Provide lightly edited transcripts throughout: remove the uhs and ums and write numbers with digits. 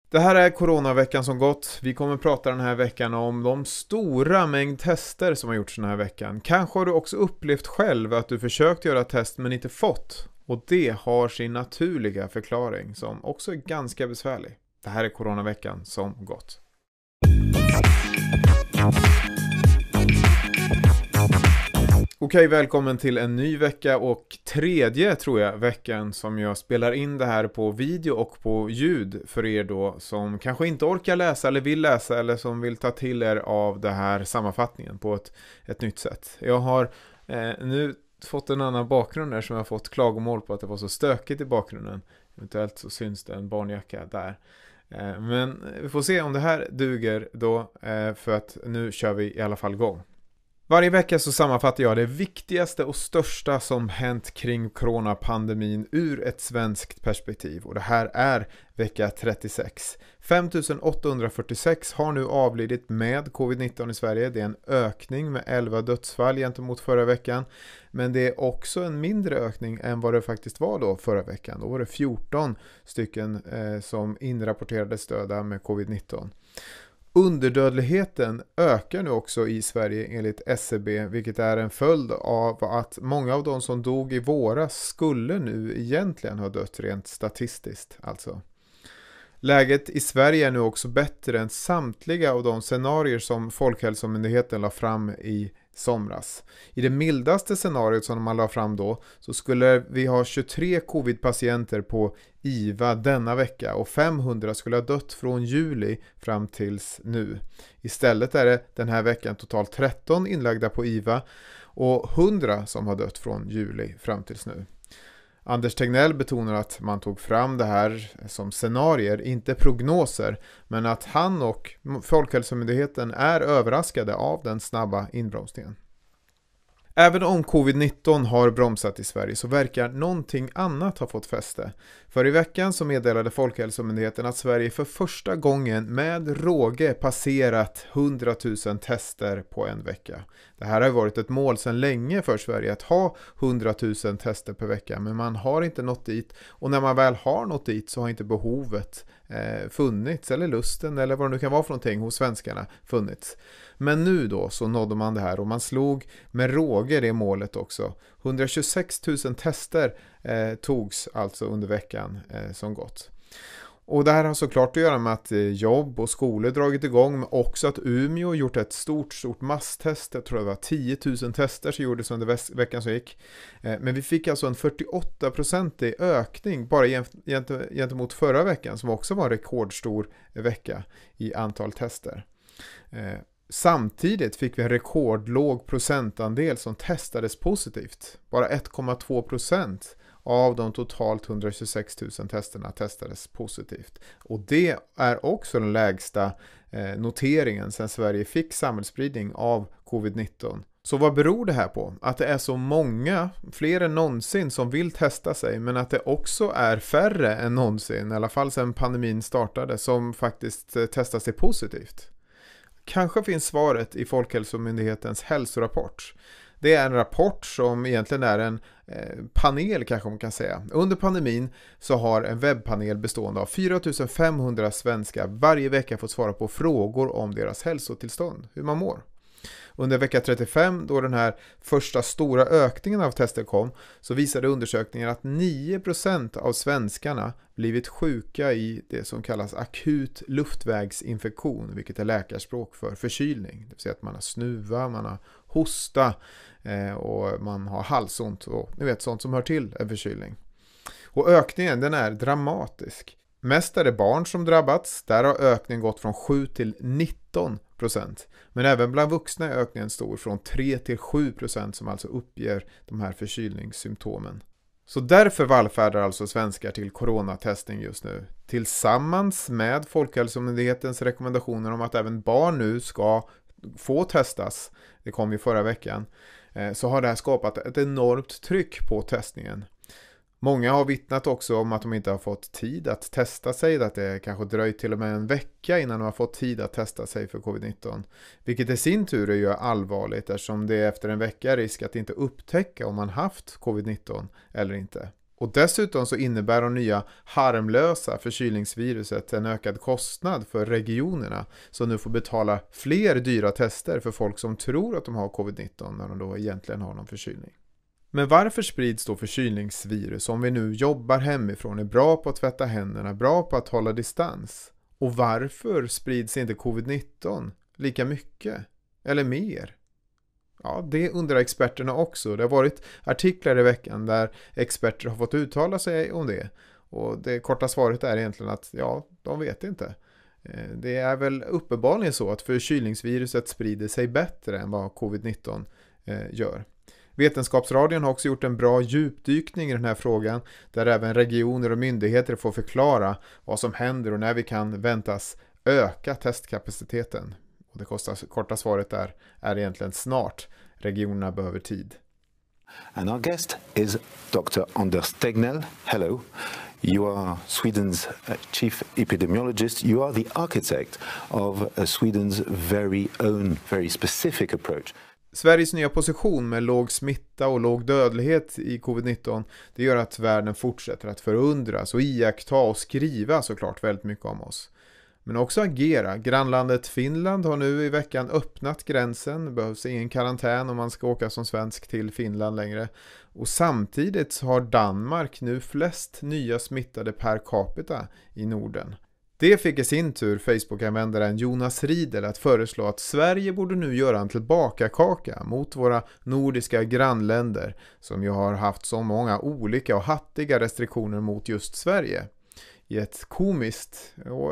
Det här är coronaveckan som gått. Vi kommer prata den här veckan om de stora mängd tester som har gjorts den här veckan. Kanske har du också upplevt själv att du försökt göra test men inte fått. Och det har sin naturliga förklaring som också är ganska besvärlig. Det här är coronaveckan som gått. Okej, välkommen till en ny vecka och tredje tror jag veckan som jag spelar in det här på video och på ljud för er då som kanske inte orkar läsa eller vill läsa eller som vill ta till er av det här sammanfattningen på ett nytt sätt. Jag har nu fått en annan bakgrund där som jag har fått klagomål på att det var så stökigt i bakgrunden. Eventuellt så syns det en barnjacka där. Men vi får se om det här duger då för att nu kör vi i alla fall igång. Varje vecka så sammanfattar jag det viktigaste och största som hänt kring coronapandemin ur ett svenskt perspektiv. Och det här är vecka 36. 5846 har nu avlidit med covid-19 i Sverige. Det är en ökning med 11 dödsfall gentemot förra veckan. Men det är också en mindre ökning än vad det faktiskt var då förra veckan. Då var det 14 stycken som inrapporterades döda med covid-19. Underdödligheten ökar nu också i Sverige enligt SCB, vilket är en följd av att många av de som dog i våras skulle nu egentligen ha dött rent statistiskt. Alltså. Läget i Sverige är nu också bättre än samtliga av de scenarier som Folkhälsomyndigheten la fram i somras. I det mildaste scenariot som man la fram då så skulle vi ha 23 covid-patienter på IVA denna vecka och 500 skulle ha dött från juli fram tills nu. Istället är det den här veckan totalt 13 inlagda på IVA och 100 som har dött från juli fram tills nu. Anders Tegnell betonar att man tog fram det här som scenarier, inte prognoser, men att han och Folkhälsomyndigheten är överraskade av den snabba inbromsningen. Även om covid-19 har bromsat i Sverige så verkar någonting annat ha fått fäste. För i veckan så meddelade Folkhälsomyndigheten att Sverige för första gången med råge passerat 100 000 tester på en vecka. Det här har varit ett mål sedan länge för Sverige att ha 100 000 tester per vecka, men man har inte nått dit. Och när man väl har nått dit så har inte behovet funnits, eller lusten eller vad det nu kan vara för någonting hos svenskarna funnits. Men nu då så nådde man det här och man slog med råge det målet också. 126 000 tester togs alltså under veckan som gått. Och det här har såklart att göra med att jobb och skolor dragit igång, men också att Umeå gjort ett stort masstest. Jag tror det var 10 000 tester som gjordes under veckan som gick. Men vi fick alltså en 48% ökning bara gentemot förra veckan som också var en rekordstor vecka i antal tester. Samtidigt fick vi en rekordlåg procentandel som testades positivt. Bara 1,2% av de totalt 126 000 testerna testades positivt. Och det är också den lägsta noteringen sedan Sverige fick samhällsspridning av covid-19. Så vad beror det här på? Att det är så många, fler än någonsin, som vill testa sig, men att det också är färre än någonsin, i alla fall sedan pandemin startade, som faktiskt testar sig positivt. Kanske finns svaret i Folkhälsomyndighetens hälsorapport. Det är en rapport som egentligen är en panel kanske man kan säga. Under pandemin så har en webbpanel bestående av 4 500 svenskar varje vecka fått svara på frågor om deras hälsotillstånd, hur man mår. Under vecka 35, då den här första stora ökningen av tester kom, så visade undersökningen att 9% av svenskarna blivit sjuka i det som kallas akut luftvägsinfektion, vilket är läkarspråk för förkylning. Det vill säga att man har snuva, man har hosta och man har halsont och ni vet sånt som hör till en förkylning. Och ökningen den är dramatisk. Mest är det barn som drabbats, där har ökningen gått från 7 till 19%. Men även bland vuxna är ökningen stor, från 3 till 7% som alltså uppger de här förkylningssymptomen. Så därför vallfärdar alltså svenskar till coronatestning just nu. Tillsammans med Folkhälsomyndighetens rekommendationer om att även barn nu ska få testas, det kom ju förra veckan, så har det här skapat ett enormt tryck på testningen. Många har vittnat också om att de inte har fått tid att testa sig, att det kanske dröjt till och med en vecka innan de har fått tid att testa sig för covid-19. Vilket i sin tur är ju allvarligt eftersom det efter en vecka är risk att inte upptäcka om man haft covid-19 eller inte. Och dessutom så innebär de nya harmlösa förkylningsviruset en ökad kostnad för regionerna som nu får betala fler dyra tester för folk som tror att de har covid-19 när de då egentligen har någon förkylning. Men varför sprids då förkylningsvirus om vi nu jobbar hemifrån, är bra på att tvätta händerna, bra på att hålla distans? Och varför sprids inte covid-19 lika mycket eller mer? Ja, det undrar experterna också. Det har varit artiklar i veckan där experter har fått uttala sig om det. Och det korta svaret är egentligen att ja, de vet inte. Det är väl uppenbarligen så att förkylningsviruset sprider sig bättre än vad covid-19 gör. Vetenskapsradion har också gjort en bra djupdykning i den här frågan där även regioner och myndigheter får förklara vad som händer och när vi kan väntas öka testkapaciteten. Och det korta svaret är egentligen snart. Regionerna behöver tid. And our guest is Dr. Anders Tegnell. Hello. You are Sweden's chief epidemiologist. You are the architect of Sweden's very own, very specific approach. Sveriges nya position med låg smitta och låg dödlighet i covid-19, det gör att världen fortsätter att förundras och iaktta och skriva såklart väldigt mycket om oss. Men också agera. Grannlandet Finland har nu i veckan öppnat gränsen. Det behövs ingen karantän om man ska åka som svensk till Finland längre. Och samtidigt har Danmark nu flest nya smittade per capita i Norden. Det fick i sin tur Facebook-användaren Jonas Riedel att föreslå att Sverige borde nu göra en tillbakakaka mot våra nordiska grannländer som ju har haft så många olika och hattiga restriktioner mot just Sverige. I ett komiskt och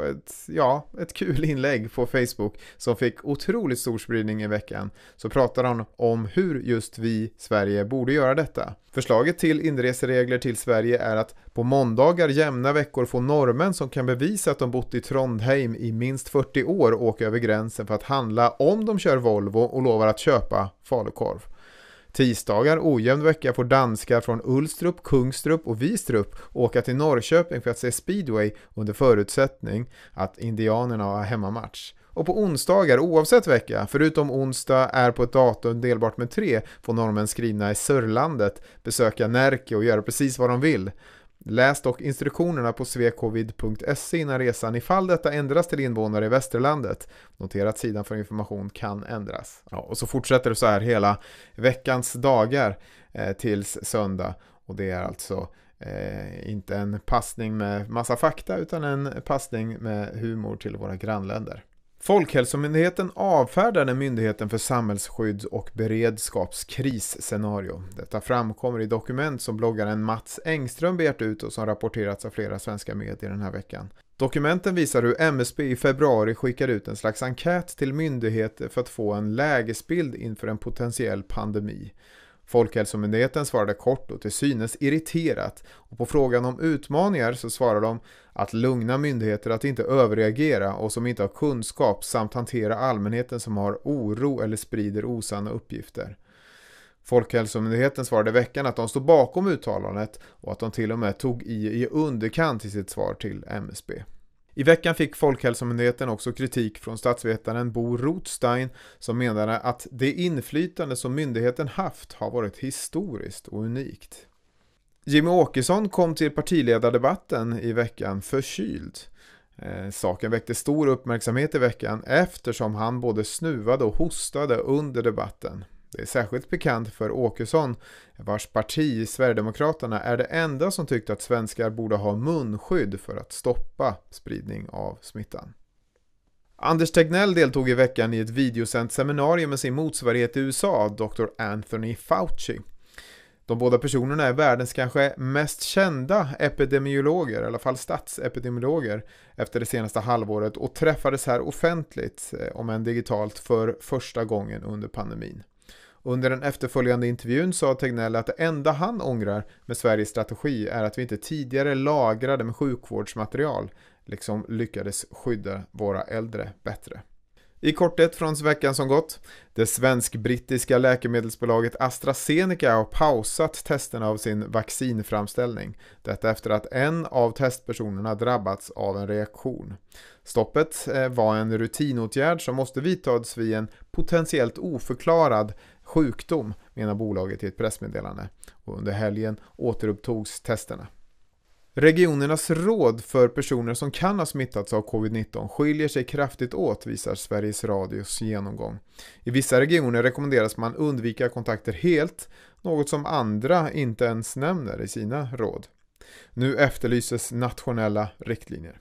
ett kul inlägg på Facebook som fick otroligt stor spridning i veckan så pratar han om hur just vi, Sverige, borde göra detta. Förslaget till inreseregler till Sverige är att på måndagar jämna veckor får norrmän som kan bevisa att de bott i Trondheim i minst 40 år åka över gränsen för att handla om de kör Volvo och lovar att köpa falukorv. Tisdagar ojämn vecka får danskar från Ulstrup, Kungstrup och Vistrup åka till Norrköping för att se speedway under förutsättning att indianerna har hemmamatch. Och på onsdagar oavsett vecka, förutom onsdag är på ett datum delbart med 3, får norrmän skrivna i Sörlandet besöka Närke och göra precis vad de vill. Läs dock instruktionerna på svecovid.se innan resan ifall detta ändras till invånare i Västerlandet. Notera att sidan för information kan ändras. Ja, och så fortsätter det så här hela veckans dagar tills söndag. Och det är alltså inte en passning med massa fakta utan en passning med humor till våra grannländer. Folkhälsomyndigheten avfärdade Myndigheten för samhällsskydd och beredskapskrisscenario. Detta framkommer i dokument som bloggaren Mats Engström begärt ut och som rapporterats av flera svenska medier den här veckan. Dokumenten visar hur MSB i februari skickade ut en slags enkät till myndigheter för att få en lägesbild inför en potentiell pandemi. Folkhälsomyndigheten svarade kort och till synes irriterat och på frågan om utmaningar så svarar de att lugna myndigheter att inte överreagera och som inte har kunskap samt hantera allmänheten som har oro eller sprider osanna uppgifter. Folkhälsomyndigheten svarade i veckan att de stod bakom uttalandet och att de till och med tog i underkant i sitt svar till MSB. I veckan fick Folkhälsomyndigheten också kritik från statsvetaren Bo Rothstein som menade att det inflytande som myndigheten haft har varit historiskt och unikt. Jimmy Åkesson kom till partiledardebatten i veckan förkyld. Saken väckte stor uppmärksamhet i veckan eftersom han både snuvade och hostade under debatten. Det är särskilt bekant för Åkesson, vars parti Sverigedemokraterna är det enda som tyckte att svenskar borde ha munskydd för att stoppa spridning av smittan. Anders Tegnell deltog i veckan i ett videosänt seminarium med sin motsvarighet i USA, Dr. Anthony Fauci. De båda personerna är världens kanske mest kända epidemiologer, i alla fall statsepidemiologer, efter det senaste halvåret och träffades här offentligt, om än digitalt, för första gången under pandemin. Under den efterföljande intervjun sa Tegnell att det enda han ångrar med Sveriges strategi är att vi inte tidigare lagrade med sjukvårdsmaterial, liksom lyckades skydda våra äldre bättre. I korthet från veckan som gått. Det svensk-brittiska läkemedelsbolaget AstraZeneca har pausat testerna av sin vaccinframställning. Detta efter att en av testpersonerna drabbats av en reaktion. Stoppet var en rutinåtgärd som måste vidtas vid en potentiellt oförklarad sjukdom, menar bolaget i ett pressmeddelande. Och under helgen återupptogs testerna. Regionernas råd för personer som kan ha smittats av covid-19 skiljer sig kraftigt åt, visar Sveriges Radios genomgång. I vissa regioner rekommenderas man undvika kontakter helt, något som andra inte ens nämner i sina råd. Nu efterlyses nationella riktlinjer.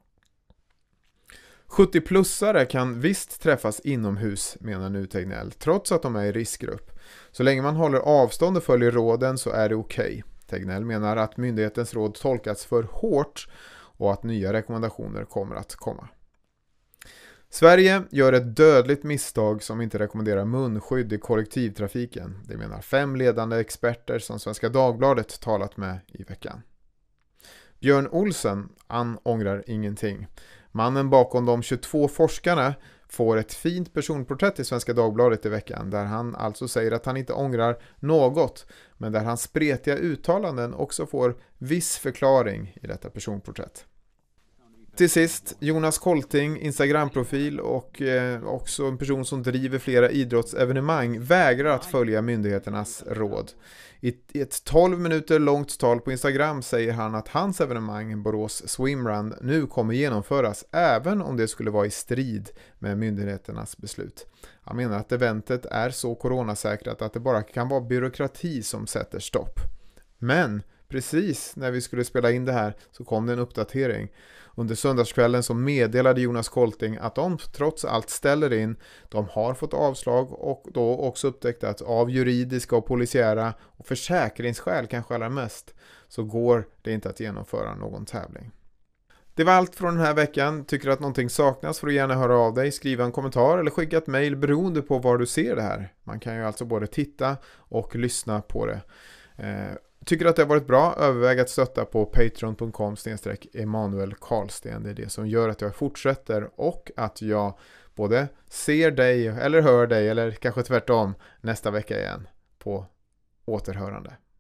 70-plussare kan visst träffas inomhus, menar nu Tegnell, trots att de är i riskgrupp. Så länge man håller avstånd och följer råden så är det okej. Tegnell menar att myndighetens råd tolkats för hårt och att nya rekommendationer kommer att komma. Sverige gör ett dödligt misstag som inte rekommenderar munskydd i kollektivtrafiken. Det menar 5 ledande experter som Svenska Dagbladet talat med i veckan. Björn Olsen, han ångrar ingenting. Mannen bakom de 22 forskarna får ett fint personporträtt i Svenska Dagbladet i veckan där han alltså säger att han inte ångrar något, men där hans spretiga uttalanden också får viss förklaring i detta personporträtt. Till sist, Jonas Kolting, Instagram-profil och också en person som driver flera idrottsevenemang, vägrar att följa myndigheternas råd. I ett 12 minuter långt tal på Instagram säger han att hans evenemang, Borås Swimrun, nu kommer genomföras även om det skulle vara i strid med myndigheternas beslut. Han menar att eventet är så coronasäkrat att det bara kan vara byråkrati som sätter stopp. Men precis när vi skulle spela in det här så kom det en uppdatering. Under söndagskvällen så meddelade Jonas Kolting att de trots allt ställer in. De har fått avslag och då också upptäckt att av juridiska och polisiära och försäkringsskäl kanske allra mest så går det inte att genomföra någon tävling. Det var allt från den här veckan. Tycker att någonting saknas får du gärna höra av dig, skriva en kommentar eller skicka ett mejl beroende på var du ser det här. Man kan ju alltså både titta och lyssna på det. Tycker att det har varit bra, överväg att stötta på patreon.com/Emanuel Karlsten. Det är det som gör att jag fortsätter och att jag både ser dig eller hör dig eller kanske tvärtom nästa vecka igen. På återhörande.